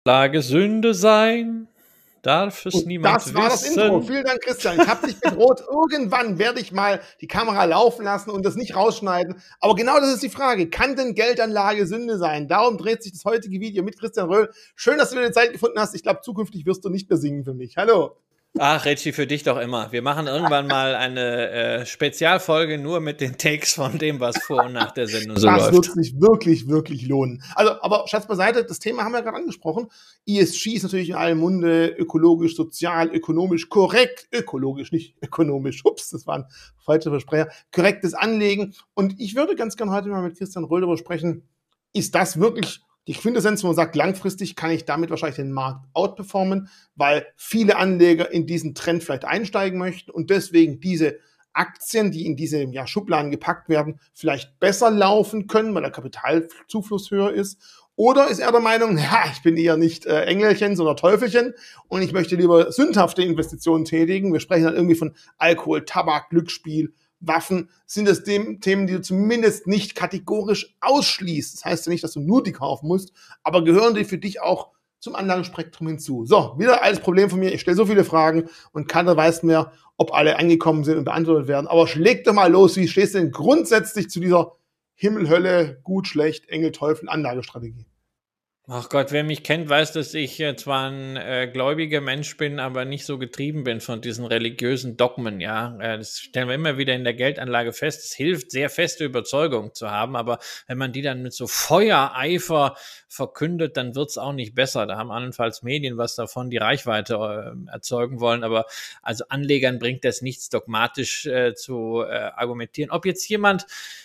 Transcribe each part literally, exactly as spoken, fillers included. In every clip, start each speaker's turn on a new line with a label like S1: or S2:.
S1: Lage Sünde sein, darf es
S2: Und
S1: niemand
S2: das war das
S1: wissen.
S2: Intro. Vielen Dank, Christian. Ich habe dich bedroht. Irgendwann werde ich mal die Kamera laufen lassen und das nicht rausschneiden. Aber genau das ist die Frage. Kann denn Geldanlage Sünde sein? Darum dreht sich das heutige Video mit Christian Röhl. Schön, dass du wieder die Zeit gefunden hast. Ich glaube, zukünftig wirst du nicht mehr singen für mich. Hallo.
S1: Ach, Richie, für dich doch immer. Wir machen irgendwann mal eine äh, Spezialfolge nur mit den Takes von dem, was vor und nach der Sendung so
S2: Das
S1: läuft.
S2: wird sich wirklich, wirklich lohnen. Also, aber Schatz beiseite, das Thema haben wir gerade angesprochen. E S G ist natürlich in allem Munde, ökologisch, sozial, ökonomisch, korrekt, ökologisch, nicht ökonomisch. Ups, das war ein falscher Versprecher. Korrektes Anlegen. Und ich würde ganz gerne heute mal mit Christian Röhl darüber sprechen, ist das wirklich die Quintessenz, wo man sagt, langfristig kann ich damit wahrscheinlich den Markt outperformen, weil viele Anleger in diesen Trend vielleicht einsteigen möchten und deswegen diese Aktien, die in diese ja, Schubladen gepackt werden, vielleicht besser laufen können, weil der Kapitalzufluss höher ist. Oder ist er der Meinung, ja, ich bin eher nicht äh, Engelchen, sondern Teufelchen und ich möchte lieber sündhafte Investitionen tätigen. Wir sprechen dann irgendwie von Alkohol, Tabak, Glücksspiel, Waffen. Sind das dem, Themen, die du zumindest nicht kategorisch ausschließt? Das heißt ja nicht, dass du nur die kaufen musst, aber gehören die für dich auch zum Anlagespektrum hinzu? So, wieder alles Problem von mir. Ich stelle so viele Fragen und keiner weiß mehr, ob alle angekommen sind und beantwortet werden. Aber schläg doch mal los, wie stehst du denn grundsätzlich zu dieser Himmel, Hölle, gut, schlecht, Engel, Teufel, Anlagestrategie?
S1: Ach Gott, wer mich kennt, weiß, dass ich äh, zwar ein äh, gläubiger Mensch bin, aber nicht so getrieben bin von diesen religiösen Dogmen, ja. Äh, das stellen wir immer wieder in der Geldanlage fest. Es hilft, sehr feste Überzeugung zu haben, aber wenn man die dann mit so Feuereifer verkündet, dann wird's auch nicht besser. Da haben allenfalls Medien was davon, die Reichweite äh, erzeugen wollen, aber also Anlegern bringt das nichts, dogmatisch äh, zu äh, argumentieren. Ob jetzt jemand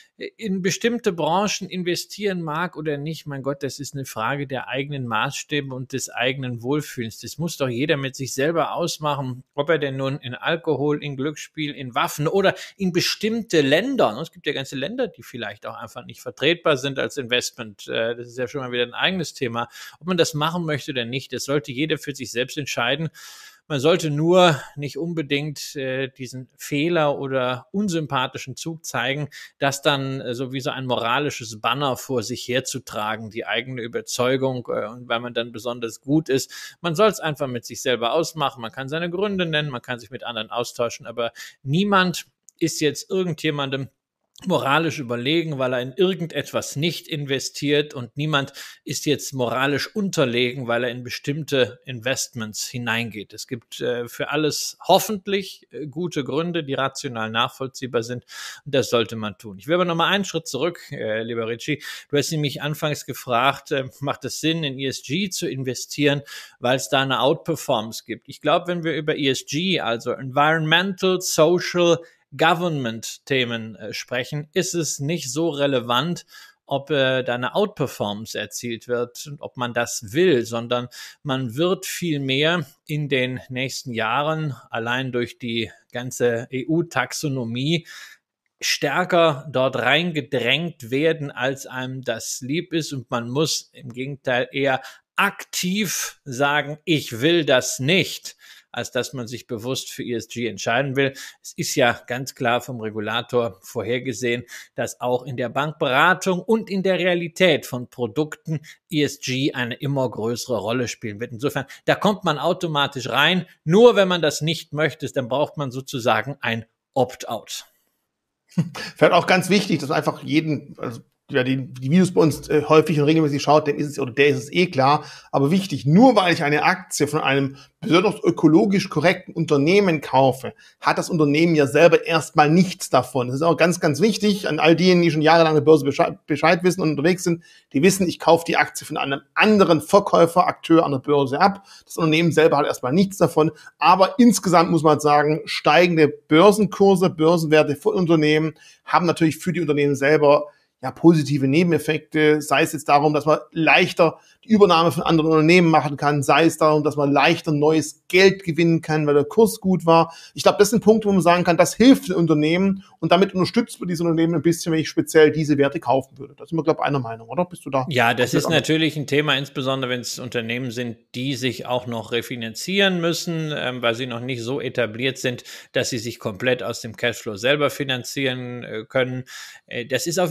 S1: in bestimmte Branchen investieren mag oder nicht, mein Gott, das ist eine Frage der eigenen Maßstäbe und des eigenen Wohlfühlens. Das muss doch jeder mit sich selber ausmachen, ob er denn nun in Alkohol, in Glücksspiel, in Waffen oder in bestimmte Länder, es gibt ja ganze Länder, die vielleicht auch einfach nicht vertretbar sind als Investment, das ist ja schon mal wieder ein eigenes Thema, ob man das machen möchte oder nicht, das sollte jeder für sich selbst entscheiden. Man sollte nur nicht unbedingt äh, diesen Fehler oder unsympathischen Zug zeigen, das dann äh, so wie so ein moralisches Banner vor sich herzutragen, die eigene Überzeugung, äh, und weil man dann besonders gut ist. Man soll es einfach mit sich selber ausmachen. Man kann seine Gründe nennen, man kann sich mit anderen austauschen, aber niemand ist jetzt irgendjemandem moralisch überlegen, weil er in irgendetwas nicht investiert und niemand ist jetzt moralisch unterlegen, weil er in bestimmte Investments hineingeht. Es gibt äh, für alles hoffentlich äh, gute Gründe, die rational nachvollziehbar sind und das sollte man tun. Ich will aber nochmal einen Schritt zurück, äh, lieber Richie. Du hast nämlich anfangs gefragt, äh, macht es Sinn, in E S G zu investieren, weil es da eine Outperformance gibt. Ich glaube, wenn wir über E S G, also Environmental, Social, Government-Themen äh, sprechen, ist es nicht so relevant, ob äh, da eine Outperformance erzielt wird und ob man das will, sondern man wird vielmehr in den nächsten Jahren allein durch die ganze E U-Taxonomie stärker dort reingedrängt werden, als einem das lieb ist und man muss im Gegenteil eher aktiv sagen, ich will das nicht, als dass man sich bewusst für E S G entscheiden will. Es ist ja ganz klar vom Regulator vorhergesehen, dass auch in der Bankberatung und in der Realität von Produkten E S G eine immer größere Rolle spielen wird. Insofern, da kommt man automatisch rein. Nur wenn man das nicht möchte, dann braucht man sozusagen ein Opt-out.
S2: Vielleicht auch ganz wichtig, dass einfach jeden, also ja, die, die Videos bei uns äh, häufig und regelmäßig schaut, dem ist es oder der ist es eh klar. Aber wichtig, nur weil ich eine Aktie von einem besonders ökologisch korrekten Unternehmen kaufe, hat das Unternehmen ja selber erstmal nichts davon. Das ist auch ganz, ganz wichtig an all diejenigen, die schon jahrelang an der Börse Bescheid, Bescheid wissen und unterwegs sind. Die wissen, ich kaufe die Aktie von einem anderen Verkäufer, Akteur an der Börse ab. Das Unternehmen selber hat erstmal nichts davon. Aber insgesamt muss man sagen, steigende Börsenkurse, Börsenwerte von Unternehmen haben natürlich für die Unternehmen selber ja, positive Nebeneffekte, sei es jetzt darum, dass man leichter die Übernahme von anderen Unternehmen machen kann, sei es darum, dass man leichter neues Geld gewinnen kann, weil der Kurs gut war. Ich glaube, das sind Punkte, wo man sagen kann, das hilft den Unternehmen und damit unterstützt man diese Unternehmen ein bisschen, wenn ich speziell diese Werte kaufen würde. Da sind wir, glaube ich, einer Meinung, oder? Bist du da?
S1: Ja, das ist natürlich ein Thema, insbesondere wenn es Unternehmen sind, die sich auch noch refinanzieren müssen, ähm, weil sie noch nicht so etabliert sind, dass sie sich komplett aus dem Cashflow selber finanzieren äh, können. Äh, das ist auf jeden Fall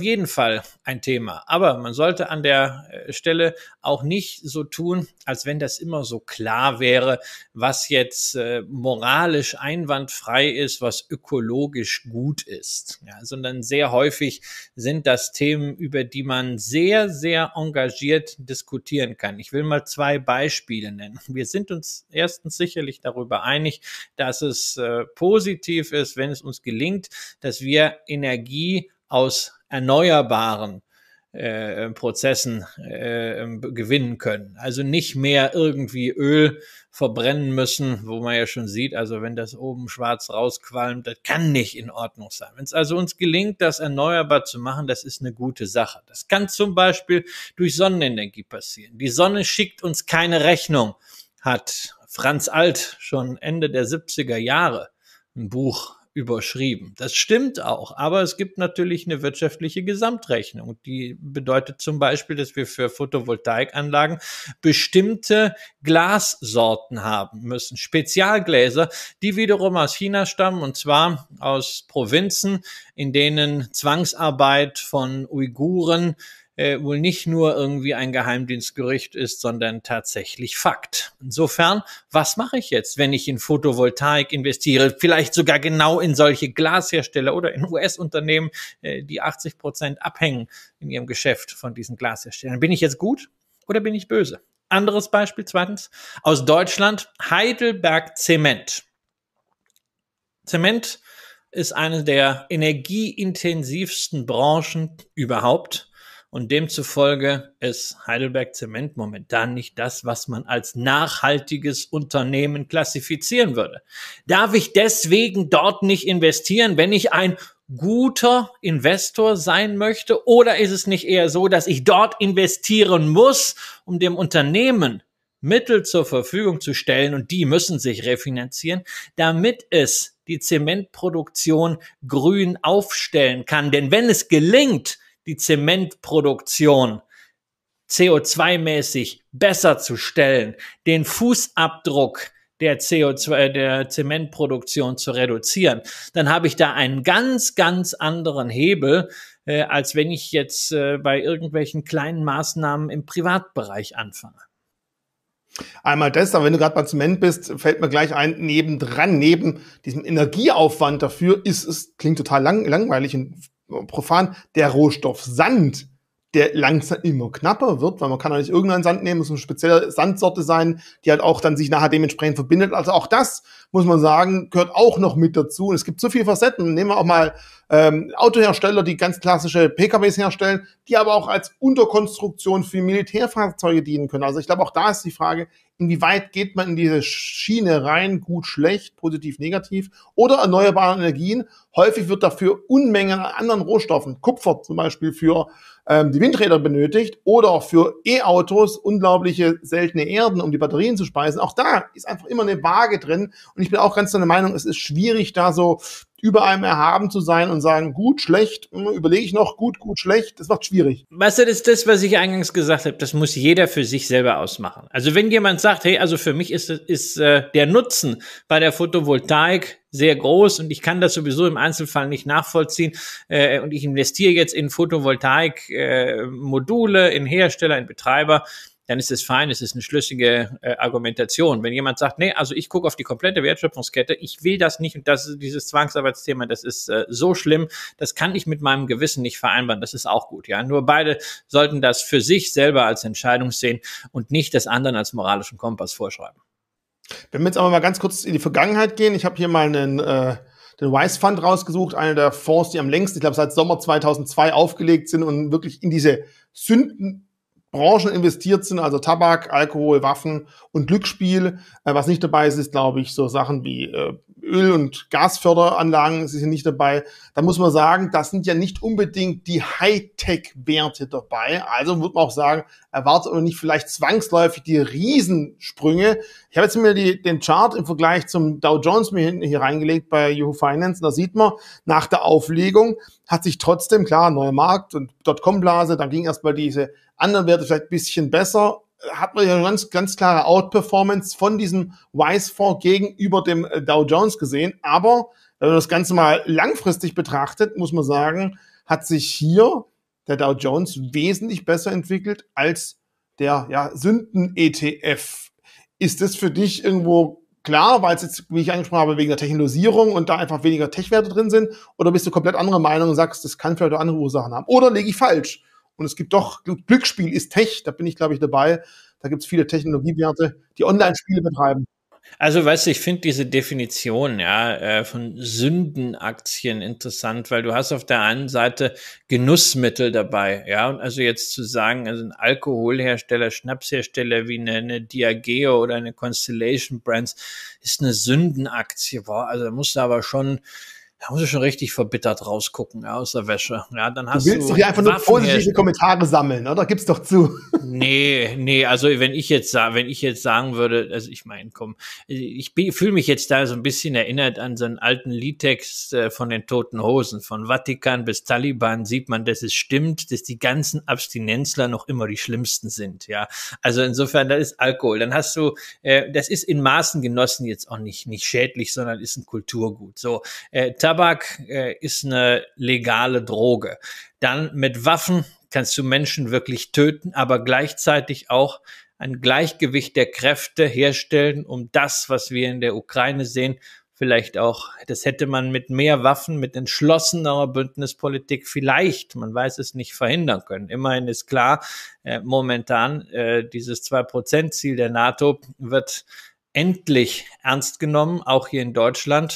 S1: Fall ein Thema. Aber man sollte an der Stelle auch nicht so tun, als wenn das immer so klar wäre, was jetzt äh, moralisch einwandfrei ist, was ökologisch gut ist. Ja, sondern sehr häufig sind das Themen, über die man sehr, sehr engagiert diskutieren kann. Ich will mal zwei Beispiele nennen. Wir sind uns erstens sicherlich darüber einig, dass es äh, positiv ist, wenn es uns gelingt, dass wir Energie aus erneuerbaren äh, Prozessen äh, gewinnen können. Also nicht mehr irgendwie Öl verbrennen müssen, wo man ja schon sieht, also wenn das oben schwarz rausqualmt, das kann nicht in Ordnung sein. Wenn es also uns gelingt, das erneuerbar zu machen, das ist eine gute Sache. Das kann zum Beispiel durch Sonnenenergie passieren. Die Sonne schickt uns keine Rechnung, hat Franz Alt schon Ende der siebziger Jahre ein Buch überschrieben. Das stimmt auch, aber es gibt natürlich eine wirtschaftliche Gesamtrechnung. Die bedeutet zum Beispiel, dass wir für Photovoltaikanlagen bestimmte Glassorten haben müssen, Spezialgläser, die wiederum aus China stammen, und zwar aus Provinzen, in denen Zwangsarbeit von Uiguren Äh, wohl nicht nur irgendwie ein Geheimdienstgerücht ist, sondern tatsächlich Fakt. Insofern, was mache ich jetzt, wenn ich in Photovoltaik investiere? Vielleicht sogar genau in solche Glashersteller oder in U S-Unternehmen, äh, die achtzig Prozent abhängen in ihrem Geschäft von diesen Glasherstellern. Bin ich jetzt gut oder bin ich böse? Anderes Beispiel, zweitens, aus Deutschland, Heidelberg Zement. Zement ist eine der energieintensivsten Branchen überhaupt. Und demzufolge ist Heidelberg Zement momentan nicht das, was man als nachhaltiges Unternehmen klassifizieren würde. Darf ich deswegen dort nicht investieren, wenn ich ein guter Investor sein möchte? Oder ist es nicht eher so, dass ich dort investieren muss, um dem Unternehmen Mittel zur Verfügung zu stellen, und die müssen sich refinanzieren, damit es die Zementproduktion grün aufstellen kann? Denn wenn es gelingt, die Zementproduktion C O zwei mäßig besser zu stellen, den Fußabdruck der C O zwei, der Zementproduktion zu reduzieren, dann habe ich da einen ganz, ganz anderen Hebel, äh, als wenn ich jetzt äh, bei irgendwelchen kleinen Maßnahmen im Privatbereich anfange.
S2: Einmal das, aber wenn du gerade bei Zement bist, fällt mir gleich ein, nebendran, neben diesem Energieaufwand dafür ist es, klingt total lang, langweilig und profan, der Rohstoff Sand, der langsam immer knapper wird, weil man kann ja nicht irgendeinen Sand nehmen, muss eine spezielle Sandsorte sein, die halt auch dann sich nachher dementsprechend verbindet. Also auch das, muss man sagen, gehört auch noch mit dazu. Und es gibt so viele Facetten. Nehmen wir auch mal ähm, Autohersteller, die ganz klassische P K Ws herstellen, die aber auch als Unterkonstruktion für Militärfahrzeuge dienen können. Also ich glaube, auch da ist die Frage, inwieweit geht man in diese Schiene rein, gut, schlecht, positiv, negativ, oder erneuerbare Energien. Häufig wird dafür Unmengen an anderen Rohstoffen, Kupfer zum Beispiel für ähm, die Windräder benötigt, oder auch für E-Autos unglaubliche seltene Erden, um die Batterien zu speisen. Auch da ist einfach immer eine Waage drin, und ich bin auch ganz der Meinung, es ist schwierig, da so über einem erhaben zu sein und sagen, gut, schlecht, überlege ich noch, gut, gut, schlecht, das macht schwierig.
S1: Weißt du, das ist das, was ich eingangs gesagt habe, das muss jeder für sich selber ausmachen. Also wenn jemand sagt, hey, also für mich ist, ist äh, der Nutzen bei der Photovoltaik sehr groß und ich kann das sowieso im Einzelfall nicht nachvollziehen äh, und ich investiere jetzt in Photovoltaik-Module, äh, in Hersteller, in Betreiber, dann ist es fein, es ist eine schlüssige äh, Argumentation. Wenn jemand sagt, nee, also ich gucke auf die komplette Wertschöpfungskette, ich will das nicht, und das ist dieses Zwangsarbeitsthema, das ist äh, so schlimm, das kann ich mit meinem Gewissen nicht vereinbaren, das ist auch gut, ja. Nur beide sollten das für sich selber als Entscheidung sehen und nicht das anderen als moralischen Kompass vorschreiben.
S2: Wenn wir jetzt aber mal ganz kurz in die Vergangenheit gehen, ich habe hier mal einen äh, den Wise Fund rausgesucht, einer der Fonds, die am längsten, ich glaube seit Sommer zweitausendzwei aufgelegt sind und wirklich in diese Sünden Branchen investiert sind, also Tabak, Alkohol, Waffen und Glücksspiel. Äh, was nicht dabei ist, ist, glaube ich, so Sachen wie äh, Öl- und Gasförderanlagen sind nicht dabei. Da muss man sagen, das sind ja nicht unbedingt die Hightech-Werte dabei. Also würde man auch sagen, erwartet aber nicht vielleicht zwangsläufig die Riesensprünge. Ich habe jetzt mir die, den Chart im Vergleich zum Dow Jones mir hinten hier reingelegt bei Yahoo Finance. Und da sieht man, nach der Auflegung hat sich trotzdem, klar, neuer Markt und Dotcom-Blase, dann ging erstmal diese anderen Werte vielleicht ein bisschen besser, hat man ja eine ganz, ganz klare Outperformance von diesem Wise-Fonds gegenüber dem Dow Jones gesehen. Aber wenn man das Ganze mal langfristig betrachtet, muss man sagen, hat sich hier der Dow Jones wesentlich besser entwickelt als der ja, Sünden-E T F. Ist das für dich irgendwo klar, weil es jetzt, wie ich angesprochen habe, wegen der Technologisierung und da einfach weniger Tech-Werte drin sind? Oder bist du komplett anderer Meinung und sagst, das kann vielleicht auch andere Ursachen haben? Oder lege ich falsch? Und es gibt doch, Glücksspiel ist Tech, da bin ich, glaube ich, dabei. Da gibt es viele Technologiewerte, die Online-Spiele betreiben.
S1: Also, weißt du, ich finde diese Definition, ja, äh, von Sündenaktien interessant, weil du hast auf der einen Seite Genussmittel dabei, ja, und also jetzt zu sagen, also ein Alkoholhersteller, Schnapshersteller wie eine, eine Diageo oder eine Constellation Brands ist eine Sündenaktie, boah, also da musst du aber schon Da musst du schon richtig verbittert rausgucken, ja, aus der Wäsche. Ja, dann hast
S2: du willst
S1: du
S2: doch hier einfach nur positive Kommentare sammeln, oder? Gib's doch zu.
S1: Nee, nee, also wenn ich jetzt sage, wenn ich jetzt sagen würde, also ich meine, komm, ich fühle mich jetzt da so ein bisschen erinnert an so einen alten Liedtext äh, von den Toten Hosen. Von Vatikan bis Taliban sieht man, dass es stimmt, dass die ganzen Abstinenzler noch immer die schlimmsten sind, ja. Also insofern, das ist Alkohol. Dann hast du, äh, das ist in Maßen genossen jetzt auch nicht, nicht schädlich, sondern ist ein Kulturgut. So, äh, Tabak äh, ist eine legale Droge. Dann mit Waffen kannst du Menschen wirklich töten, aber gleichzeitig auch ein Gleichgewicht der Kräfte herstellen, um das, was wir in der Ukraine sehen, vielleicht auch, das hätte man mit mehr Waffen, mit entschlossener Bündnispolitik vielleicht, man weiß es nicht, verhindern können. Immerhin ist klar, äh, momentan äh, dieses zwei Prozent Ziel der NATO wird endlich ernst genommen, auch hier in Deutschland.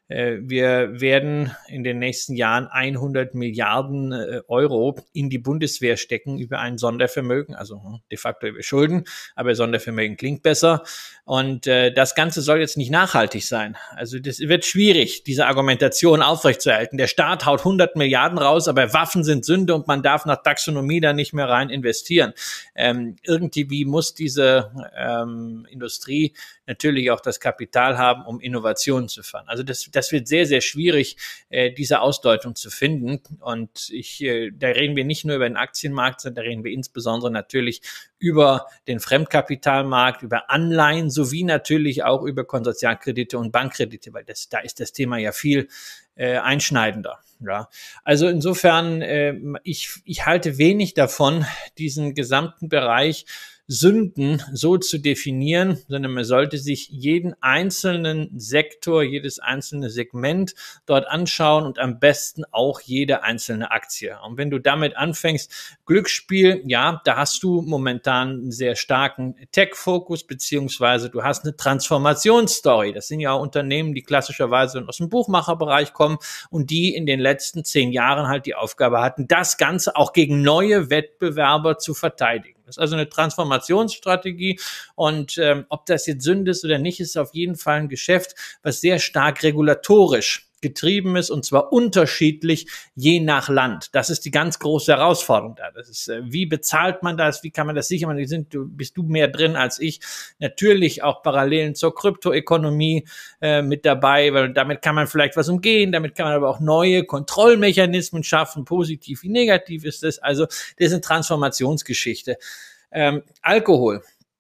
S1: Wir werden in den nächsten Jahren hundert Milliarden Euro in die Bundeswehr stecken über ein Sondervermögen, also de facto über Schulden, aber Sondervermögen klingt besser. Und äh, das Ganze soll jetzt nicht nachhaltig sein. Also das wird schwierig, diese Argumentation aufrechtzuerhalten. Der Staat haut hundert Milliarden raus, aber Waffen sind Sünde und man darf nach Taxonomie da nicht mehr rein investieren. Ähm, irgendwie muss diese ähm, Industrie natürlich auch das Kapital haben, um Innovationen zu fahren. Also das, das wird sehr, sehr schwierig, äh, diese Ausdeutung zu finden. Und ich, äh, da reden wir nicht nur über den Aktienmarkt, sondern da reden wir insbesondere natürlich über den Fremdkapitalmarkt, über Anleihen sowie natürlich auch über Konsortialkredite und Bankkredite, weil das, da ist das Thema ja viel äh, einschneidender. Ja, also insofern, äh, ich, ich halte wenig davon, diesen gesamten Bereich Sünden so zu definieren, sondern man sollte sich jeden einzelnen Sektor, jedes einzelne Segment dort anschauen und am besten auch jede einzelne Aktie. Und wenn du damit anfängst, Glücksspiel, ja, da hast du momentan einen sehr starken Tech-Fokus, beziehungsweise du hast eine Transformationsstory. Das sind ja auch Unternehmen, die klassischerweise aus dem Buchmacherbereich kommen und die in den letzten zehn Jahren halt die Aufgabe hatten, das Ganze auch gegen neue Wettbewerber zu verteidigen. Das ist also eine Transformationsstrategie und ähm, ob das jetzt Sünde ist oder nicht, ist auf jeden Fall ein Geschäft, was sehr stark regulatorisch getrieben ist und zwar unterschiedlich je nach Land. Das ist die ganz große Herausforderung da. Das ist, äh, wie bezahlt man das? Wie kann man das sichern? Die sind, du, bist du mehr drin als ich. Natürlich auch Parallelen zur Kryptoökonomie äh, mit dabei, weil damit kann man vielleicht was umgehen. Damit kann man aber auch neue Kontrollmechanismen schaffen. Positiv wie negativ ist das. Also das ist eine Transformationsgeschichte. Ähm, Alkohol.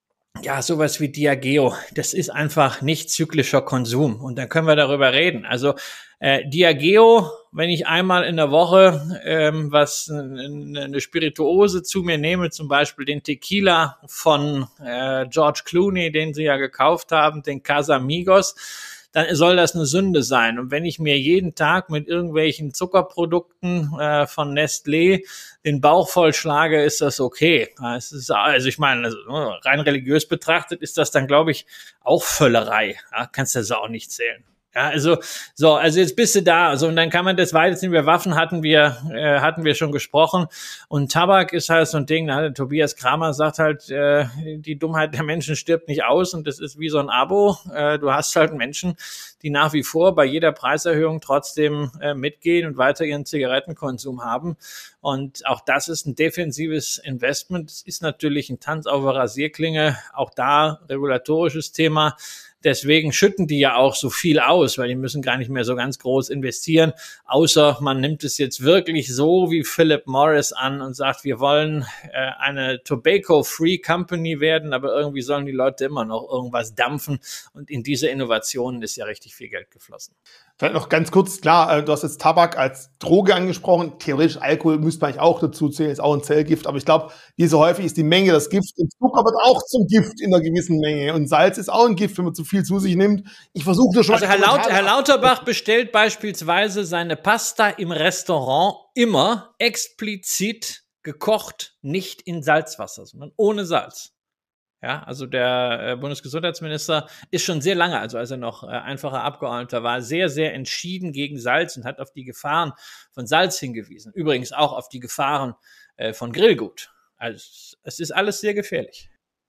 S1: Ja, sowas wie Diageo, das ist einfach nicht zyklischer Konsum. Und dann können wir darüber reden. Also äh, Diageo, wenn ich einmal in der Woche ähm, was eine Spirituose zu mir nehme, zum Beispiel den Tequila von äh, George Clooney, den sie ja gekauft haben, den Casamigos, dann soll das eine Sünde sein. Und wenn ich mir jeden Tag mit irgendwelchen Zuckerprodukten äh, von Nestlé den Bauch vollschlage, ist das okay. Es ist, also ich meine, also rein religiös betrachtet ist das dann, glaube ich, auch Völlerei. Ja, kannst du das auch nicht zählen. Ja, also so, also jetzt bist du da, also und dann kann man das weiter, über Waffen hatten wir äh, hatten wir schon gesprochen und Tabak ist halt so ein Ding, ne? Tobias Kramer sagt halt, äh, die Dummheit der Menschen stirbt nicht aus und das ist wie so ein Abo, äh, du hast halt Menschen, die nach wie vor bei jeder Preiserhöhung trotzdem äh, mitgehen und weiter ihren Zigarettenkonsum haben und auch das ist ein defensives Investment, es ist natürlich ein Tanz auf der Rasierklinge, auch da regulatorisches Thema. Deswegen schütten die ja auch so viel aus, weil die müssen gar nicht mehr so ganz groß investieren, außer man nimmt es jetzt wirklich so wie Philip Morris an und sagt, wir wollen äh, eine Tobacco-Free Company werden, aber irgendwie sollen die Leute immer noch irgendwas dampfen und in diese Innovationen ist ja richtig viel Geld geflossen.
S2: Vielleicht noch ganz kurz, klar, du hast jetzt Tabak als Droge angesprochen. Theoretisch Alkohol müsste man eigentlich auch dazu zählen, ist auch ein Zellgift. Aber ich glaube, wie so häufig ist die Menge das Gift. Und Zucker wird auch zum Gift in einer gewissen Menge. Und Salz ist auch ein Gift, wenn man zu viel zu sich nimmt. Ich versuche das schon.
S1: Also Herr, Laut, Herr Lauterbach bestellt beispielsweise seine Pasta im Restaurant immer explizit gekocht, nicht in Salzwasser, sondern ohne Salz. Ja, also der äh, Bundesgesundheitsminister ist schon sehr lange, also als er noch äh, einfacher Abgeordneter war, sehr, sehr entschieden gegen Salz und hat auf die Gefahren von Salz hingewiesen. Übrigens auch auf die Gefahren äh, von Grillgut. Also es ist alles sehr gefährlich.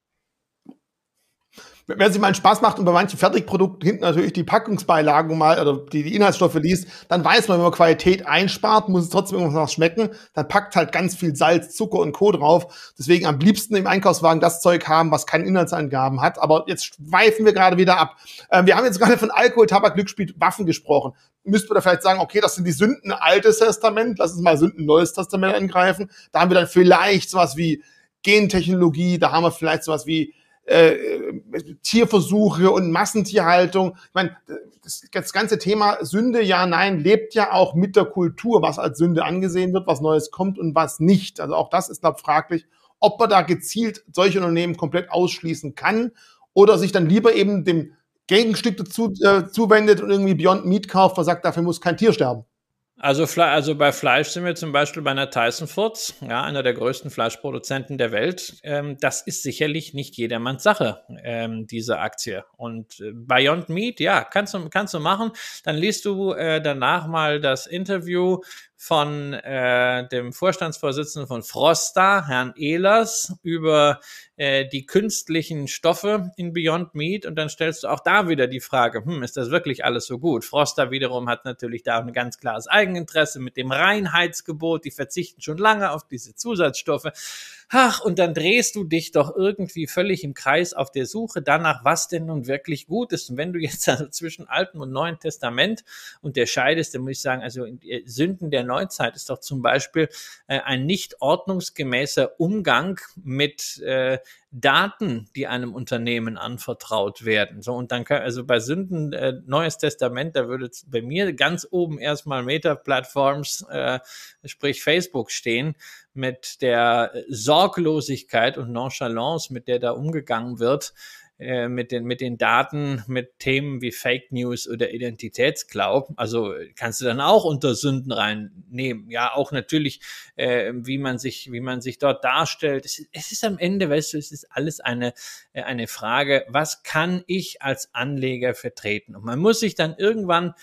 S2: Wenn es sich mal einen Spaß macht und bei manchen Fertigprodukten hinten natürlich die Packungsbeilagen mal oder die, die Inhaltsstoffe liest, dann weiß man, wenn man Qualität einspart, muss es trotzdem irgendwas schmecken. Dann packt halt ganz viel Salz, Zucker und Co. drauf. Deswegen am liebsten im Einkaufswagen das Zeug haben, was keine Inhaltsangaben hat. Aber jetzt schweifen wir gerade wieder ab. Ähm, wir haben jetzt gerade von Alkohol, Tabak, Glücksspiel, Waffen gesprochen. Müsste man da vielleicht sagen, okay, das sind die Sünden Altes Testament, lass uns mal Sünden Neues Testament angreifen. Da haben wir dann vielleicht sowas wie Gentechnologie, da haben wir vielleicht sowas wie Äh, Tierversuche und Massentierhaltung. Ich meine, das, das ganze Thema Sünde, ja, nein, lebt ja auch mit der Kultur, was als Sünde angesehen wird, was Neues kommt und was nicht. Also auch das ist, glaube ich, fraglich, ob man da gezielt solche Unternehmen komplett ausschließen kann oder sich dann lieber eben dem Gegenstück dazu äh, zuwendet und irgendwie Beyond Meat kauft, was sagt, dafür muss kein Tier sterben.
S1: Also, also bei Fleisch sind wir zum Beispiel bei einer Tyson Foods, ja, einer der größten Fleischproduzenten der Welt. Ähm, das ist sicherlich nicht jedermanns Sache, ähm, diese Aktie. Und äh, Beyond Meat, ja, kannst du, kannst du machen. Dann liest du äh, danach mal das Interview von äh, dem Vorstandsvorsitzenden von Frosta, Herrn Ehlers, über äh, die künstlichen Stoffe in Beyond Meat, und dann stellst du auch da wieder die Frage, hm, ist das wirklich alles so gut? Frosta wiederum hat natürlich da ein ganz klares Eigeninteresse mit dem Reinheitsgebot, die verzichten schon lange auf diese Zusatzstoffe. Ach, und dann drehst du dich doch irgendwie völlig im Kreis auf der Suche danach, was denn nun wirklich gut ist. Und wenn du jetzt also zwischen Altem und Neuen Testament unterscheidest, dann muss ich sagen, also Sünden der Neuzeit ist doch zum Beispiel äh, ein nicht ordnungsgemäßer Umgang mit äh, Daten, die einem Unternehmen anvertraut werden. So, und dann kann, also bei Sünden äh, Neues Testament, da würde bei mir ganz oben erstmal Meta-Plattforms, äh, sprich Facebook, stehen, mit der Sorglosigkeit und Nonchalance, mit der da umgegangen wird, äh, mit den, mit den Daten, mit Themen wie Fake News oder Identitätsklau. Also kannst du dann auch unter Sünden reinnehmen. Ja, auch natürlich, äh, wie man sich, wie man sich dort darstellt. Es, es ist am Ende, weißt du, es ist alles eine, äh, eine Frage, was kann ich als Anleger vertreten? Und man muss sich dann irgendwann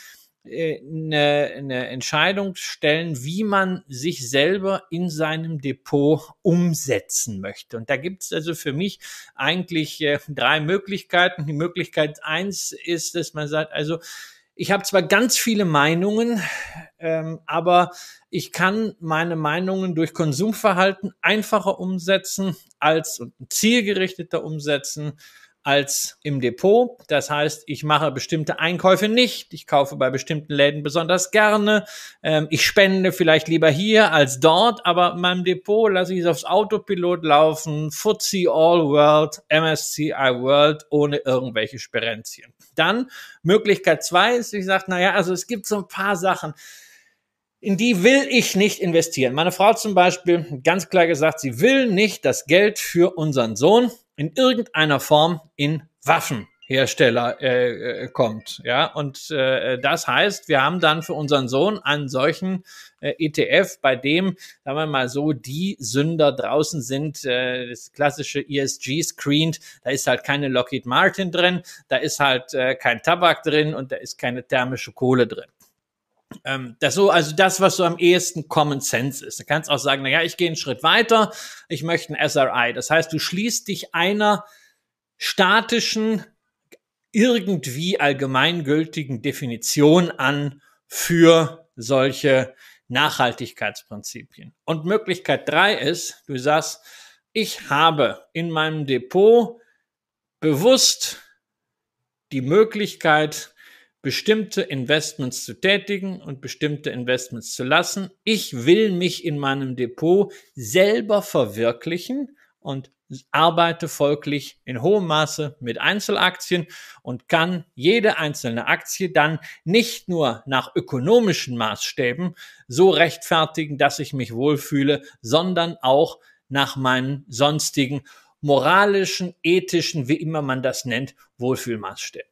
S1: Eine, eine Entscheidung stellen, wie man sich selber in seinem Depot umsetzen möchte. Und da gibt es also für mich eigentlich äh, drei Möglichkeiten. Die Möglichkeit eins ist, dass man sagt, also ich habe zwar ganz viele Meinungen, ähm, aber ich kann meine Meinungen durch Konsumverhalten einfacher umsetzen als und zielgerichteter umsetzen als im Depot. Das heißt, ich mache bestimmte Einkäufe nicht. Ich kaufe bei bestimmten Läden besonders gerne. Ähm, ich spende vielleicht lieber hier als dort, aber in meinem Depot lasse ich es aufs Autopilot laufen. F T S E All World, M S C I World, ohne irgendwelche Sperenzien. Dann Möglichkeit zwei ist, ich sage, naja, also es gibt so ein paar Sachen, in die will ich nicht investieren. Meine Frau zum Beispiel, ganz klar gesagt, sie will nicht das Geld für unseren Sohn in irgendeiner Form in Waffenhersteller äh, kommt. Ja, und äh, das heißt, wir haben dann für unseren Sohn einen solchen äh, E T F, bei dem, sagen wir mal so, die Sünder draußen sind, äh, das klassische E S G-Screened, da ist halt keine Lockheed Martin drin, da ist halt äh, kein Tabak drin und da ist keine thermische Kohle drin. Ähm, das so, also das, was so am ehesten Common Sense ist. Du kannst auch sagen, naja, ich gehe einen Schritt weiter, ich möchte ein S R I. Das heißt, du schließt dich einer statischen, irgendwie allgemeingültigen Definition an für solche Nachhaltigkeitsprinzipien. Und Möglichkeit drei ist, du sagst, ich habe in meinem Depot bewusst die Möglichkeit, bestimmte Investments zu tätigen und bestimmte Investments zu lassen. Ich will mich in meinem Depot selber verwirklichen und arbeite folglich in hohem Maße mit Einzelaktien und kann jede einzelne Aktie dann nicht nur nach ökonomischen Maßstäben so rechtfertigen, dass ich mich wohlfühle, sondern auch nach meinen sonstigen moralischen, ethischen, wie immer man das nennt, Wohlfühlmaßstäben.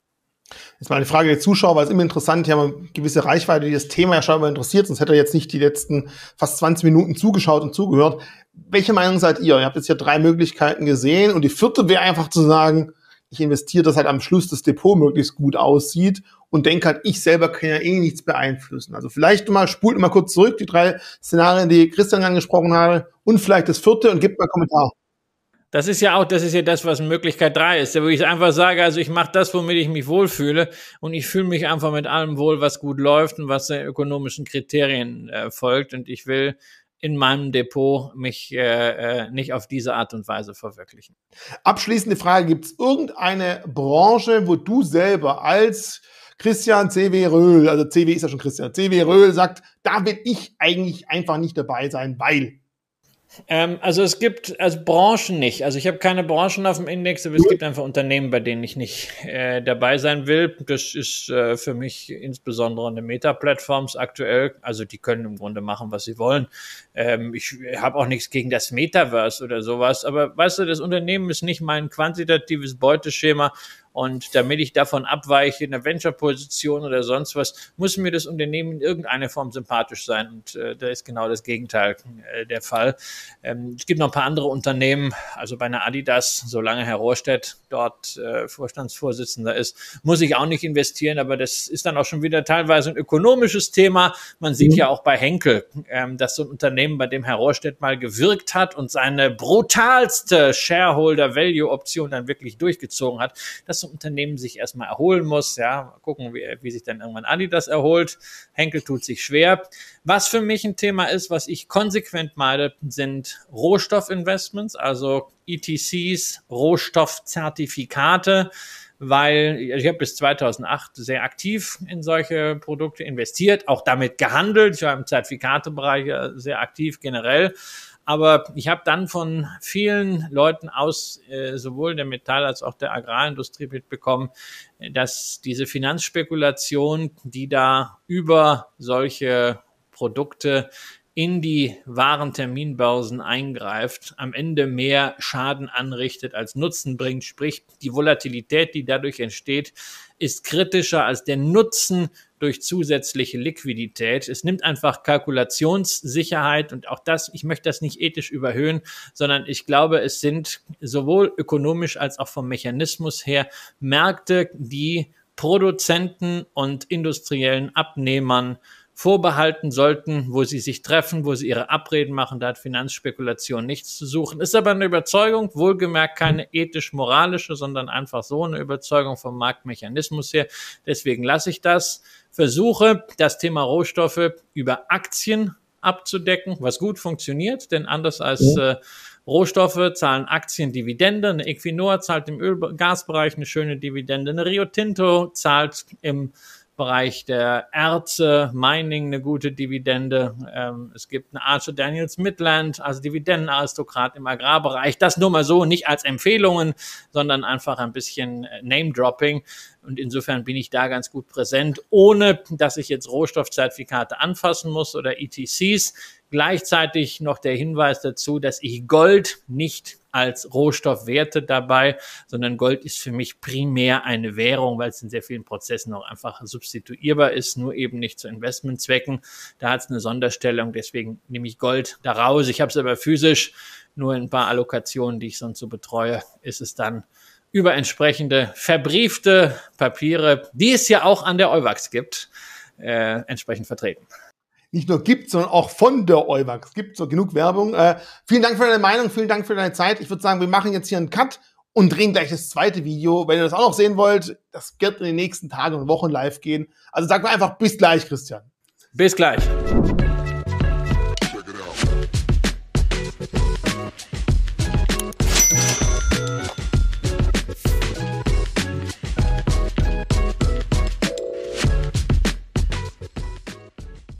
S2: Jetzt mal eine Frage der Zuschauer, weil es immer interessant, die haben eine gewisse Reichweite, die das Thema ja scheinbar interessiert, sonst hätte er jetzt nicht die letzten fast zwanzig Minuten zugeschaut und zugehört. Welche Meinung seid ihr? Ihr habt jetzt hier drei Möglichkeiten gesehen und die vierte wäre einfach zu sagen, ich investiere, dass halt am Schluss das Depot möglichst gut aussieht und denke halt, ich selber kann ja eh nichts beeinflussen. Also vielleicht mal, spult mal kurz zurück, die drei Szenarien, die Christian angesprochen hat und vielleicht das vierte und gebt mal einen Kommentar.
S1: Das ist ja auch, das ist ja das, was Möglichkeit drei ist, wo ich einfach sage, also ich mache das, womit ich mich wohlfühle und ich fühle mich einfach mit allem wohl, was gut läuft und was den ökonomischen Kriterien äh, folgt und ich will in meinem Depot mich äh, nicht auf diese Art und Weise verwirklichen.
S2: Abschließende Frage, gibt es irgendeine Branche, wo du selber als Christian C W. Röhl, also C W ist ja schon Christian, C W. Röhl sagt, da will ich eigentlich einfach nicht dabei sein, weil...
S1: Ähm, also es gibt also Branchen nicht. Also ich habe keine Branchen auf dem Index, aber es gibt einfach Unternehmen, bei denen ich nicht äh, dabei sein will. Das ist äh, für mich insbesondere eine Meta-Plattforms aktuell. Also die können im Grunde machen, was sie wollen. Ähm, ich habe auch nichts gegen das Metaverse oder sowas. Aber weißt du, das Unternehmen ist nicht mein quantitatives Beuteschema. Und damit ich davon abweiche, in einer Venture-Position oder sonst was, muss mir das Unternehmen in irgendeiner Form sympathisch sein. Und äh, da ist genau das Gegenteil äh, der Fall. Ähm, es gibt noch ein paar andere Unternehmen, also bei einer Adidas, solange Herr Rohrstedt dort äh, Vorstandsvorsitzender ist, muss ich auch nicht investieren. Aber das ist dann auch schon wieder teilweise ein ökonomisches Thema. Man sieht mhm. ja auch bei Henkel, ähm, dass so ein Unternehmen, bei dem Herr Rohrstedt mal gewirkt hat und seine brutalste Shareholder-Value-Option dann wirklich durchgezogen hat, dass Unternehmen sich erstmal erholen muss. Ja, mal gucken, wie, wie sich dann irgendwann Adidas erholt. Henkel tut sich schwer. Was für mich ein Thema ist, was ich konsequent meide, sind Rohstoffinvestments, also E T Cs, Rohstoffzertifikate, weil ich habe bis zweitausendacht sehr aktiv in solche Produkte investiert, auch damit gehandelt. Ich war im Zertifikatebereich sehr aktiv generell. Aber ich habe dann von vielen Leuten aus äh, sowohl der Metall- als auch der Agrarindustrie mitbekommen, dass diese Finanzspekulation, die da über solche Produkte in die wahren Terminbörsen eingreift, am Ende mehr Schaden anrichtet als Nutzen bringt. Sprich, die Volatilität, die dadurch entsteht, ist kritischer als der Nutzen durch zusätzliche Liquidität. Es nimmt einfach Kalkulationssicherheit und auch das, ich möchte das nicht ethisch überhöhen, sondern ich glaube, es sind sowohl ökonomisch als auch vom Mechanismus her Märkte, die Produzenten und industriellen Abnehmern vorbehalten sollten, wo sie sich treffen, wo sie ihre Abreden machen. Da hat Finanzspekulation nichts zu suchen. Ist aber eine Überzeugung, wohlgemerkt keine ethisch-moralische, sondern einfach so eine Überzeugung vom Marktmechanismus her. Deswegen lasse ich das. Versuche, das Thema Rohstoffe über Aktien abzudecken, was gut funktioniert, denn anders als äh, Rohstoffe zahlen Aktien Dividende. Eine Equinor zahlt im Öl- und Gasbereich eine schöne Dividende. Eine Rio Tinto zahlt im Bereich der Erze, Mining eine gute Dividende. Ähm, es gibt eine Archer Daniels Midland, also Dividendenaristokrat im Agrarbereich. Das nur mal so, nicht als Empfehlungen, sondern einfach ein bisschen Name-Dropping. Und insofern bin ich da ganz gut präsent, ohne dass ich jetzt Rohstoffzertifikate anfassen muss oder E T Cs. Gleichzeitig noch der Hinweis dazu, dass ich Gold nicht als Rohstoff werte dabei, sondern Gold ist für mich primär eine Währung, weil es in sehr vielen Prozessen auch einfach substituierbar ist, nur eben nicht zu Investmentzwecken. Da hat es eine Sonderstellung, deswegen nehme ich Gold da raus. Ich habe es aber physisch, nur in ein paar Allokationen, die ich sonst so betreue, ist es dann über entsprechende verbriefte Papiere, die es ja auch an der Euwax gibt, äh, entsprechend vertreten.
S2: Nicht nur gibt, sondern auch von der Euwax. Es gibt so genug Werbung. Äh, vielen Dank für deine Meinung, vielen Dank für deine Zeit. Ich würde sagen, wir machen jetzt hier einen Cut und drehen gleich das zweite Video. Wenn ihr das auch noch sehen wollt, das wird in den nächsten Tagen und Wochen live gehen. Also sagt mir einfach bis gleich, Christian.
S1: Bis gleich.